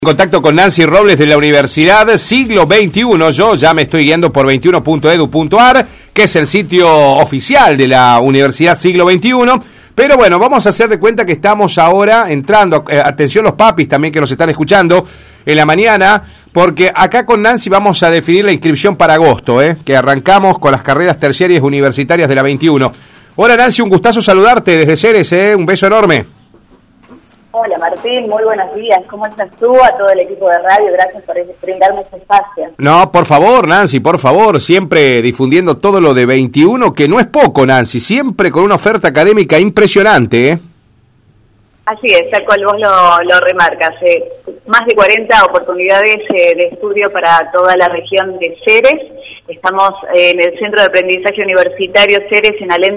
En contacto con Nancy Robles de la Universidad Siglo XXI. Yo ya me estoy guiando por 21.edu.ar, que es el sitio oficial de la Universidad Siglo XXI. Pero bueno, vamos a hacer de cuenta que estamos ahora entrando, atención los papis también que nos están escuchando en la mañana, porque acá con Nancy vamos a definir la inscripción para agosto, que arrancamos con las carreras terciarias universitarias de la 21. Hola Nancy, un gustazo saludarte desde Ceres, un beso enorme. Hola Martín, muy buenos días. ¿Cómo estás tú? A todo el equipo de radio, gracias por brindarme este espacio. No, por favor, Nancy, por favor, siempre difundiendo todo lo de 21, que no es poco, Nancy, siempre con una oferta académica impresionante, Así es, tal cual vos lo remarcas. Más de 40 oportunidades de estudio para toda la región de Ceres. Estamos en el Centro de Aprendizaje Universitario Ceres en Alem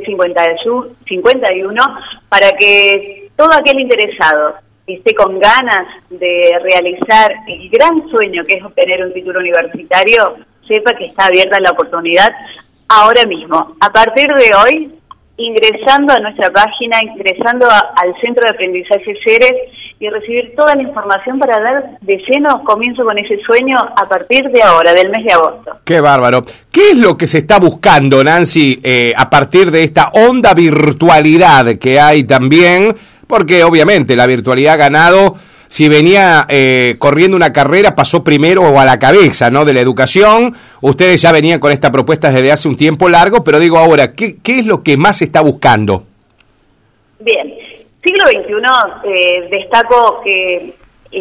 51, para que todo aquel interesado que esté con ganas de realizar el gran sueño que es obtener un título universitario, sepa que está abierta la oportunidad ahora mismo. A partir de hoy, ingresando a nuestra página, ingresando al Centro de Aprendizaje Ceres y recibir toda la información para dar de lleno comienzo con ese sueño a partir de ahora, del mes de agosto. ¡Qué bárbaro! ¿Qué es lo que se está buscando, Nancy, a partir de esta honda virtualidad que hay también? Porque obviamente la virtualidad ha ganado, si venía corriendo una carrera, pasó primero o a la cabeza, ¿no?, de la educación. Ustedes ya venían con esta propuesta desde hace un tiempo largo, pero digo ahora, ¿qué es lo que más se está buscando? Bien, siglo XXI, destaco que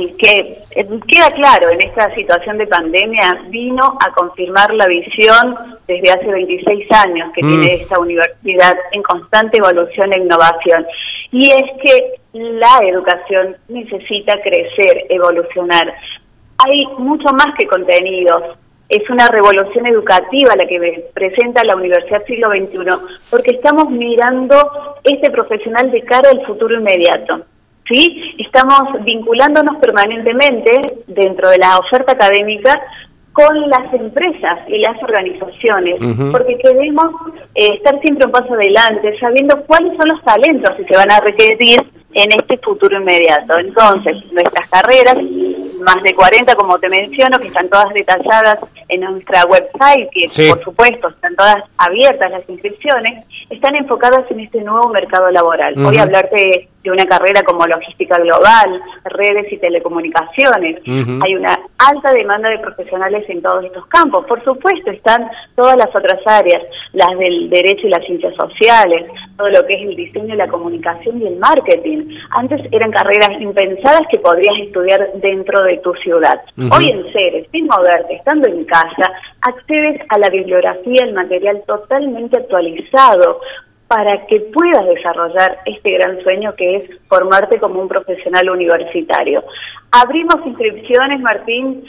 queda claro en esta situación de pandemia, vino a confirmar la visión desde hace 26 años que tiene esta universidad en constante evolución e innovación. Y es que la educación necesita crecer, evolucionar. Hay mucho más que contenidos. Es una revolución educativa la que presenta la Universidad Siglo XXI, porque estamos mirando este profesional de cara al futuro inmediato. ¿Sí? Estamos vinculándonos permanentemente dentro de la oferta académica con las empresas y las organizaciones, porque queremos estar siempre un paso adelante, sabiendo cuáles son los talentos que se van a requerir en este futuro inmediato. Entonces, nuestras carreras, más de 40, como te menciono, que están todas detalladas en nuestra website, que sí, por supuesto están todas abiertas las inscripciones, están enfocadas en este nuevo mercado laboral. Voy a hablarte de una carrera como logística global, redes y telecomunicaciones. Hay una alta demanda de profesionales en todos estos campos. Por supuesto, están todas las otras áreas, las del derecho y las ciencias sociales, todo lo que es el diseño, la comunicación y el marketing. Antes eran carreras impensadas que podrías estudiar dentro de tu ciudad. Hoy en Ceres, sin moverte, estando en casa, accedes a la bibliografía, el material totalmente actualizado, para que puedas desarrollar este gran sueño que es formarte como un profesional universitario. Abrimos inscripciones, Martín,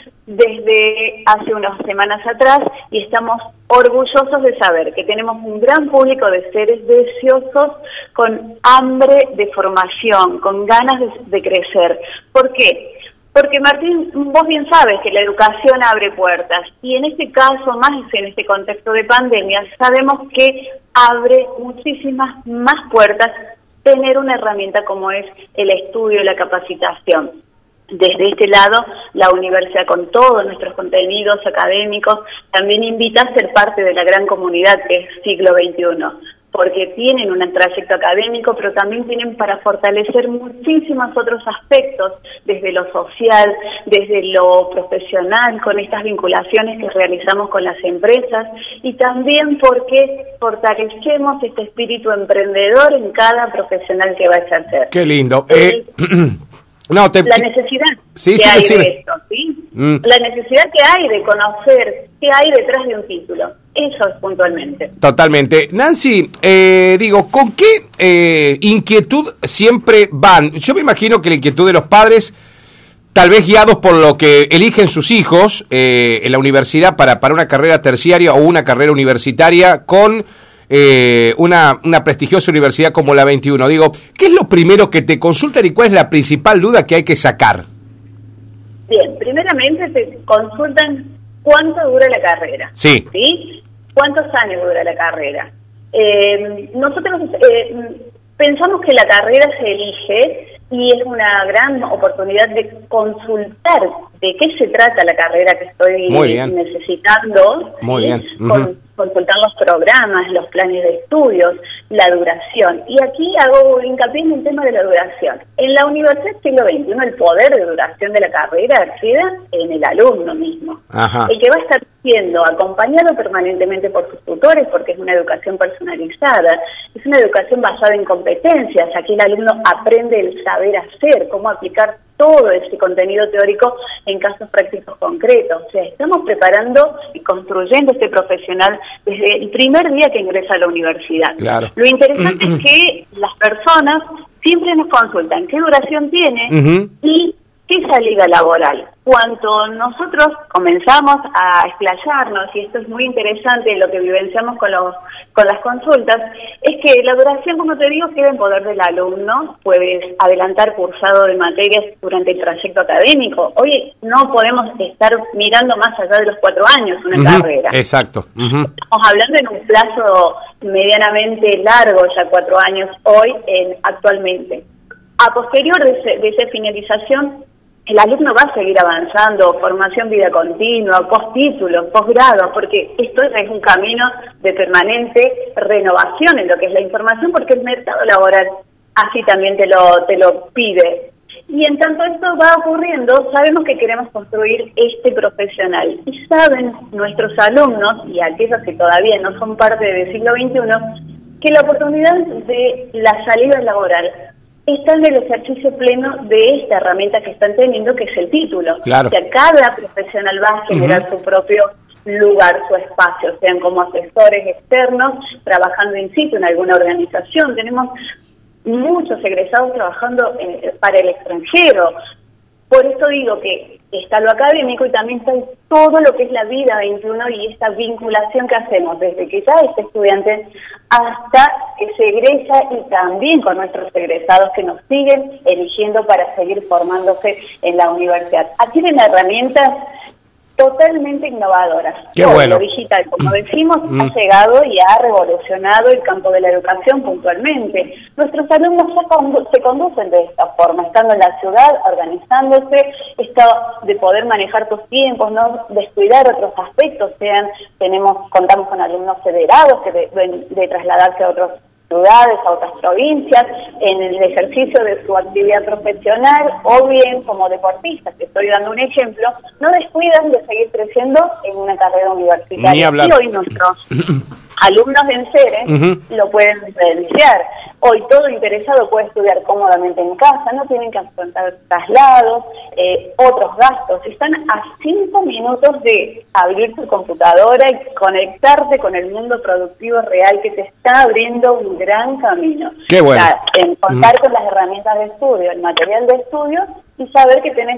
desde hace unas semanas atrás y estamos orgullosos de saber que tenemos un gran público de seres deseosos con hambre de formación, con ganas de crecer. ¿Por qué? Porque, Martín, vos bien sabes que la educación abre puertas y en este caso, más en este contexto de pandemia, sabemos que abre muchísimas más puertas tener una herramienta como es el estudio y la capacitación. Desde este lado, la universidad, con todos nuestros contenidos académicos, también invita a ser parte de la gran comunidad que es Siglo XXI, porque tienen un trayecto académico, pero también tienen para fortalecer muchísimos otros aspectos, desde lo social, desde lo profesional, con estas vinculaciones que realizamos con las empresas, y también porque fortalecemos este espíritu emprendedor en cada profesional que va a ejercer. ¡Qué lindo! La necesidad que hay de esto, ¿sí? La necesidad que hay de conocer qué hay detrás de un título. Eso es puntualmente. Totalmente. Nancy, ¿con qué inquietud siempre van? Yo me imagino que la inquietud de los padres, tal vez guiados por lo que eligen sus hijos en la universidad para una carrera terciaria o una carrera universitaria con una prestigiosa universidad como la 21. ¿Qué es lo primero que te consultan y cuál es la principal duda que hay que sacar? Bien, primeramente te consultan cuánto dura la carrera. Sí. ¿Sí? ¿Cuántos años dura la carrera? Nosotros pensamos que la carrera se elige y es una gran oportunidad de consultar de qué se trata la carrera que estoy necesitando. Muy bien. Consultar los programas, los planes de estudios, la duración. Y aquí hago hincapié en el tema de la duración. En la Universidad Siglo XXI el poder de duración de la carrera queda en el alumno mismo. Ajá. El que va a estar siendo acompañado permanentemente por sus tutores, porque es una educación personalizada, es una educación basada en competencias. Aquí el alumno aprende el saber hacer, cómo aplicar todo ese contenido teórico en casos prácticos concretos. O sea, estamos preparando y construyendo este profesional desde el primer día que ingresa a la universidad. Claro. Lo interesante es que las personas siempre nos consultan qué duración tiene y qué salida laboral. Cuando nosotros comenzamos a explayarnos, y esto es muy interesante lo que vivenciamos con las consultas, es que la duración, como te digo, queda en poder del alumno. Puedes adelantar cursado de materias durante el trayecto académico. Hoy no podemos estar mirando más allá de los 4 años una carrera. Exacto. Estamos hablando en un plazo medianamente largo, ya 4 años hoy, actualmente. A posterior de esa finalización, el alumno va a seguir avanzando, formación vida continua, postítulo, posgrado, porque esto es un camino de permanente renovación en lo que es la información, porque el mercado laboral así también te lo pide. Y en tanto esto va ocurriendo, sabemos que queremos construir este profesional. Y saben nuestros alumnos, y aquellos que todavía no son parte del siglo XXI, que la oportunidad de la salida laboral está en el ejercicio pleno de esta herramienta que están teniendo, que es el título. Claro. O sea, cada profesional va a generar su propio lugar, su espacio, sean como asesores externos, trabajando in situ en alguna organización. Tenemos muchos egresados trabajando para el extranjero. Por eso digo que está lo académico y también está todo lo que es la vida 21 y esta vinculación que hacemos desde que ya es estudiante hasta que se egresa, y también con nuestros egresados que nos siguen eligiendo para seguir formándose en la universidad. Aquí tienen herramientas totalmente innovadoras. Qué bueno. Lo digital, como decimos, ha llegado y ha revolucionado el campo de la educación puntualmente. Nuestros alumnos se conducen de esta forma, estando en la ciudad, organizándose, esto de poder manejar tus tiempos, no descuidar otros aspectos, contamos con alumnos federados que deben de trasladarse a otros ciudades, a otras provincias, en el ejercicio de su actividad profesional, o bien como deportistas, te estoy dando un ejemplo, no descuidan de seguir creciendo en una carrera universitaria. Ni hablar. Y hoy nuestros alumnos de ENSERE lo pueden diferenciar. Hoy todo interesado puede estudiar cómodamente en casa, no tienen que afrontar traslados, otros gastos. Están a 5 minutos de abrir tu computadora y conectarte con el mundo productivo real que te está abriendo un gran camino. Qué bueno. O sea, en contar con las herramientas de estudio, el material de estudio, y saber que tenés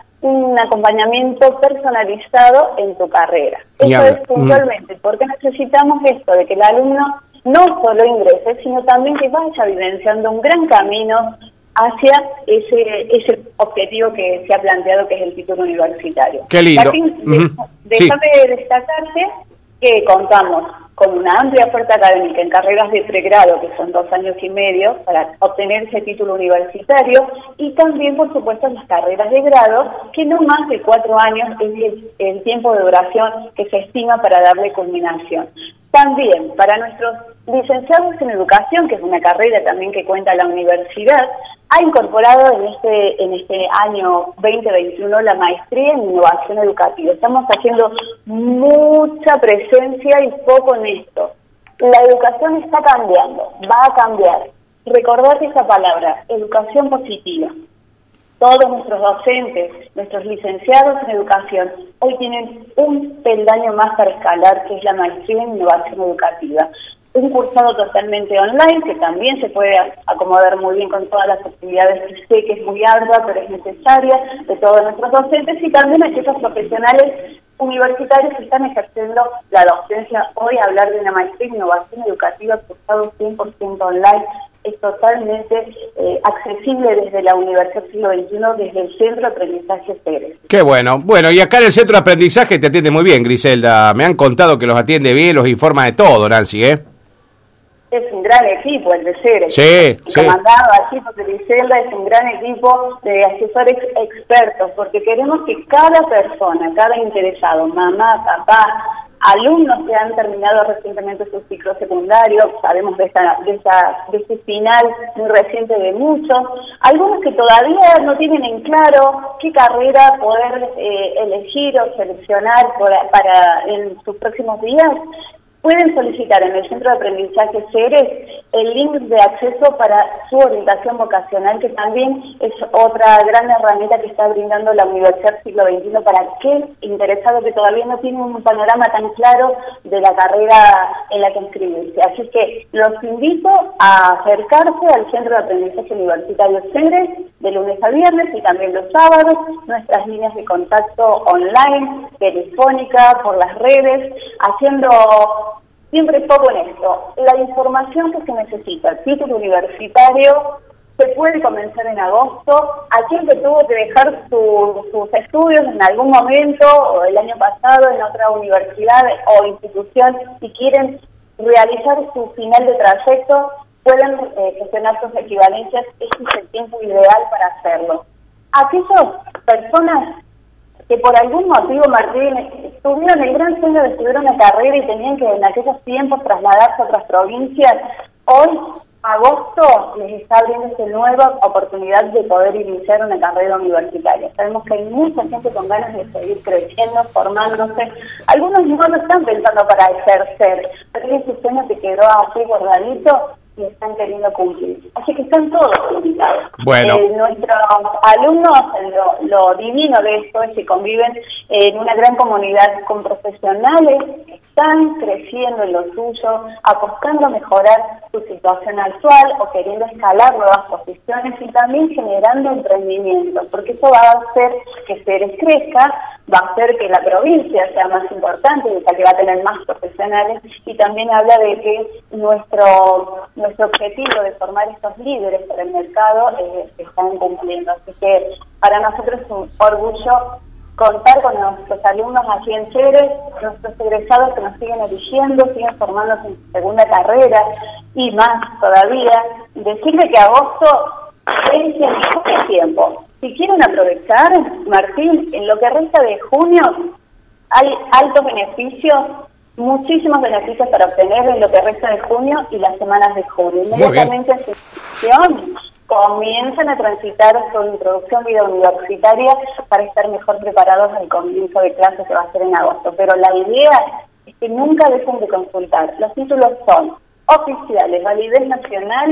un acompañamiento personalizado en tu carrera. Eso es puntualmente, porque necesitamos esto, de que el alumno no solo ingrese, sino también que vaya vivenciando un gran camino hacia ese objetivo que se ha planteado, que es el título universitario. Qué lindo. Déjame destacarte que contamos con una amplia oferta académica en carreras de pregrado, que son 2 años y medio, para obtener ese título universitario, y también, por supuesto, en las carreras de grado, que no más de 4 años es el tiempo de duración que se estima para darle culminación. También, para nuestros licenciados en educación, que es una carrera también que cuenta la universidad, ha incorporado en este año 2021 la maestría en innovación educativa. Estamos haciendo mucha presencia y foco en esto. La educación está cambiando, va a cambiar. Recordad esa palabra, educación positiva. Todos nuestros docentes, nuestros licenciados en educación, hoy tienen un peldaño más para escalar, que es la maestría en innovación educativa. Un cursado totalmente online, que también se puede acomodar muy bien con todas las actividades que sé que es muy ardua, pero es necesaria, de todos nuestros docentes, y también aquellos profesionales universitarios que están ejerciendo la docencia. Hoy hablar de una maestría en innovación educativa cursado 100% online es totalmente accesible desde la Universidad Siglo XXI, desde el Centro de Aprendizaje Ceres. Qué bueno. Bueno, y acá en el Centro de Aprendizaje te atiende muy bien, Griselda. Me han contado que los atiende bien, los informa de todo, Nancy, ¿eh? es un gran equipo el de Ceres. Sí, el sí. comandado allí por Griselda es un gran equipo de asesores expertos, porque queremos que cada persona, cada interesado, mamá, papá, alumnos que han terminado recientemente su ciclo secundario, sabemos de este final muy reciente de muchos, algunos que todavía no tienen en claro qué carrera poder elegir o seleccionar para en sus próximos días, pueden solicitar en el Centro de Aprendizaje Ceres el link de acceso para su orientación vocacional, que también es otra gran herramienta que está brindando la Universidad Siglo XXI para aquel interesado que todavía no tiene un panorama tan claro de la carrera en la que inscribirse. Así que los invito a acercarse al Centro de Aprendizaje Universitario Ceres de lunes a viernes y también los sábados, nuestras líneas de contacto online, telefónica, por las redes, haciendo siempre foco en esto. La información que se necesita, el título universitario, se puede comenzar en agosto. Aquel que tuvo que dejar sus estudios en algún momento, o el año pasado, en otra universidad o institución, y quieren realizar su final de trayecto, pueden gestionar sus equivalencias. Este es el tiempo ideal para hacerlo. Aquellas personas que por algún motivo, Martín, tuvieron el gran sueño de estudiar una carrera y tenían que en aquellos tiempos trasladarse a otras provincias, hoy, agosto, les está abriendo esta nueva oportunidad de poder iniciar una carrera universitaria. Sabemos que hay mucha gente con ganas de seguir creciendo, formándose. Algunos no lo están pensando para ejercer, pero ese sueño que quedó así guardadito y están queriendo cumplir. Así que están todos invitados. Bueno. Nuestros alumnos, lo divino de esto es que conviven en una gran comunidad con profesionales que están creciendo en lo suyo, apostando a mejorar su situación actual o queriendo escalar nuevas posiciones y también generando emprendimiento, porque eso va a hacer que Ceres crezca, va a hacer que la provincia sea más importante, o sea, que va a tener más profesionales, y también habla de que nuestro objetivo de formar estos líderes para el mercado se están cumpliendo. Así que para nosotros es un orgullo contar con nuestros alumnos aquí en Ceres, nuestros egresados que nos siguen eligiendo, siguen formándose en su segunda carrera y más todavía. Decirle que agosto es el tiempo. Si quieren aprovechar, Martín, en lo que resta de junio hay altos beneficios, muchísimos beneficios para obtener en lo que resta de junio y las semanas de julio. Inmediatamente en su inscripción comienzan a transitar su introducción vida universitaria para estar mejor preparados al comienzo de clases que va a ser en agosto. Pero la idea es que nunca dejen de consultar. Los títulos son oficiales, validez nacional,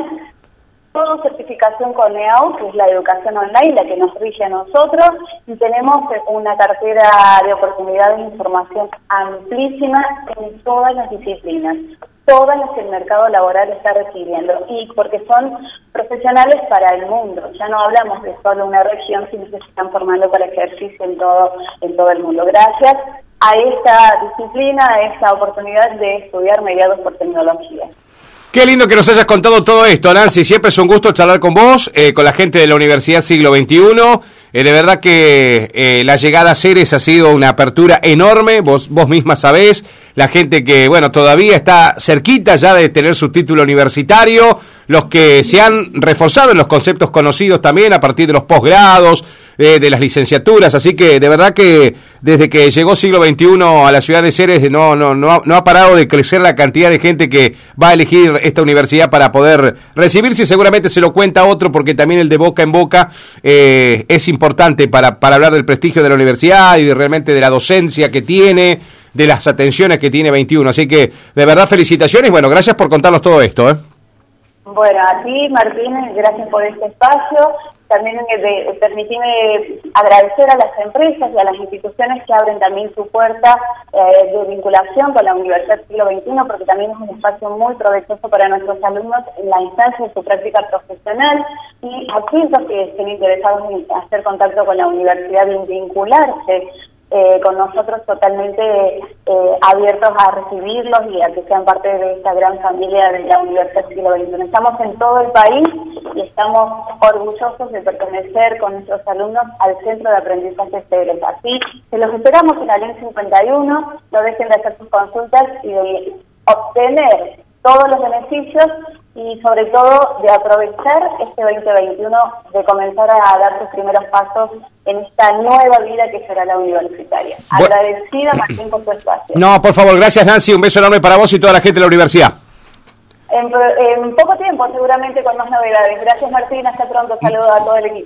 todo certificación con EAU, que es la educación online, la que nos rige a nosotros, y tenemos una cartera de oportunidades de información amplísima en todas las disciplinas, todas las que el mercado laboral está requiriendo, y porque son profesionales para el mundo. Ya no hablamos de solo una región, sino que se están formando para ejercicio en todo el mundo. Gracias a esta disciplina, a esta oportunidad de estudiar mediados por tecnología. Qué lindo que nos hayas contado todo esto, Nancy. Siempre es un gusto charlar con vos, con la gente de la Universidad Siglo XXI. De verdad que la llegada a Ceres ha sido una apertura enorme. Vos misma sabés, la gente que, bueno, todavía está cerquita ya de tener su título universitario, los que se han reforzado en los conceptos conocidos también a partir de los posgrados, de las licenciaturas. Así que de verdad que desde que llegó Siglo XXI a la ciudad de Ceres no ha parado de crecer la cantidad de gente que va a elegir esta universidad para poder recibirse. Seguramente se lo cuenta otro, porque también el de boca en boca es importante para hablar del prestigio de la universidad y realmente de la docencia que tiene, de las atenciones que tiene 21. Así que de verdad felicitaciones. Bueno, gracias por contarnos todo esto. Bueno, a ti, Martín, gracias por este espacio. También permitime agradecer a las empresas y a las instituciones que abren también su puerta de vinculación con la Universidad Siglo XXI, porque también es un espacio muy provechoso para nuestros alumnos en la instancia de su práctica profesional, y aquellos que estén interesados en hacer contacto con la universidad y en vincularse con nosotros, totalmente abiertos a recibirlos y a que sean parte de esta gran familia de la Universidad Siglo XXI. Estamos en todo el país y estamos orgullosos de pertenecer con nuestros alumnos al Centro de Aprendizaje Ceres. Así que los esperamos en la LEN 51, no dejen de hacer sus consultas y de obtener todos los beneficios y sobre todo de aprovechar este 2021 de comenzar a dar sus primeros pasos en esta nueva vida que será la universitaria. Agradecida, Martín, por tu espacio. No, por favor, gracias, Nancy, un beso enorme para vos y toda la gente de la universidad. En poco tiempo, seguramente con más novedades. Gracias, Martín, hasta pronto. Saludos a todo el equipo.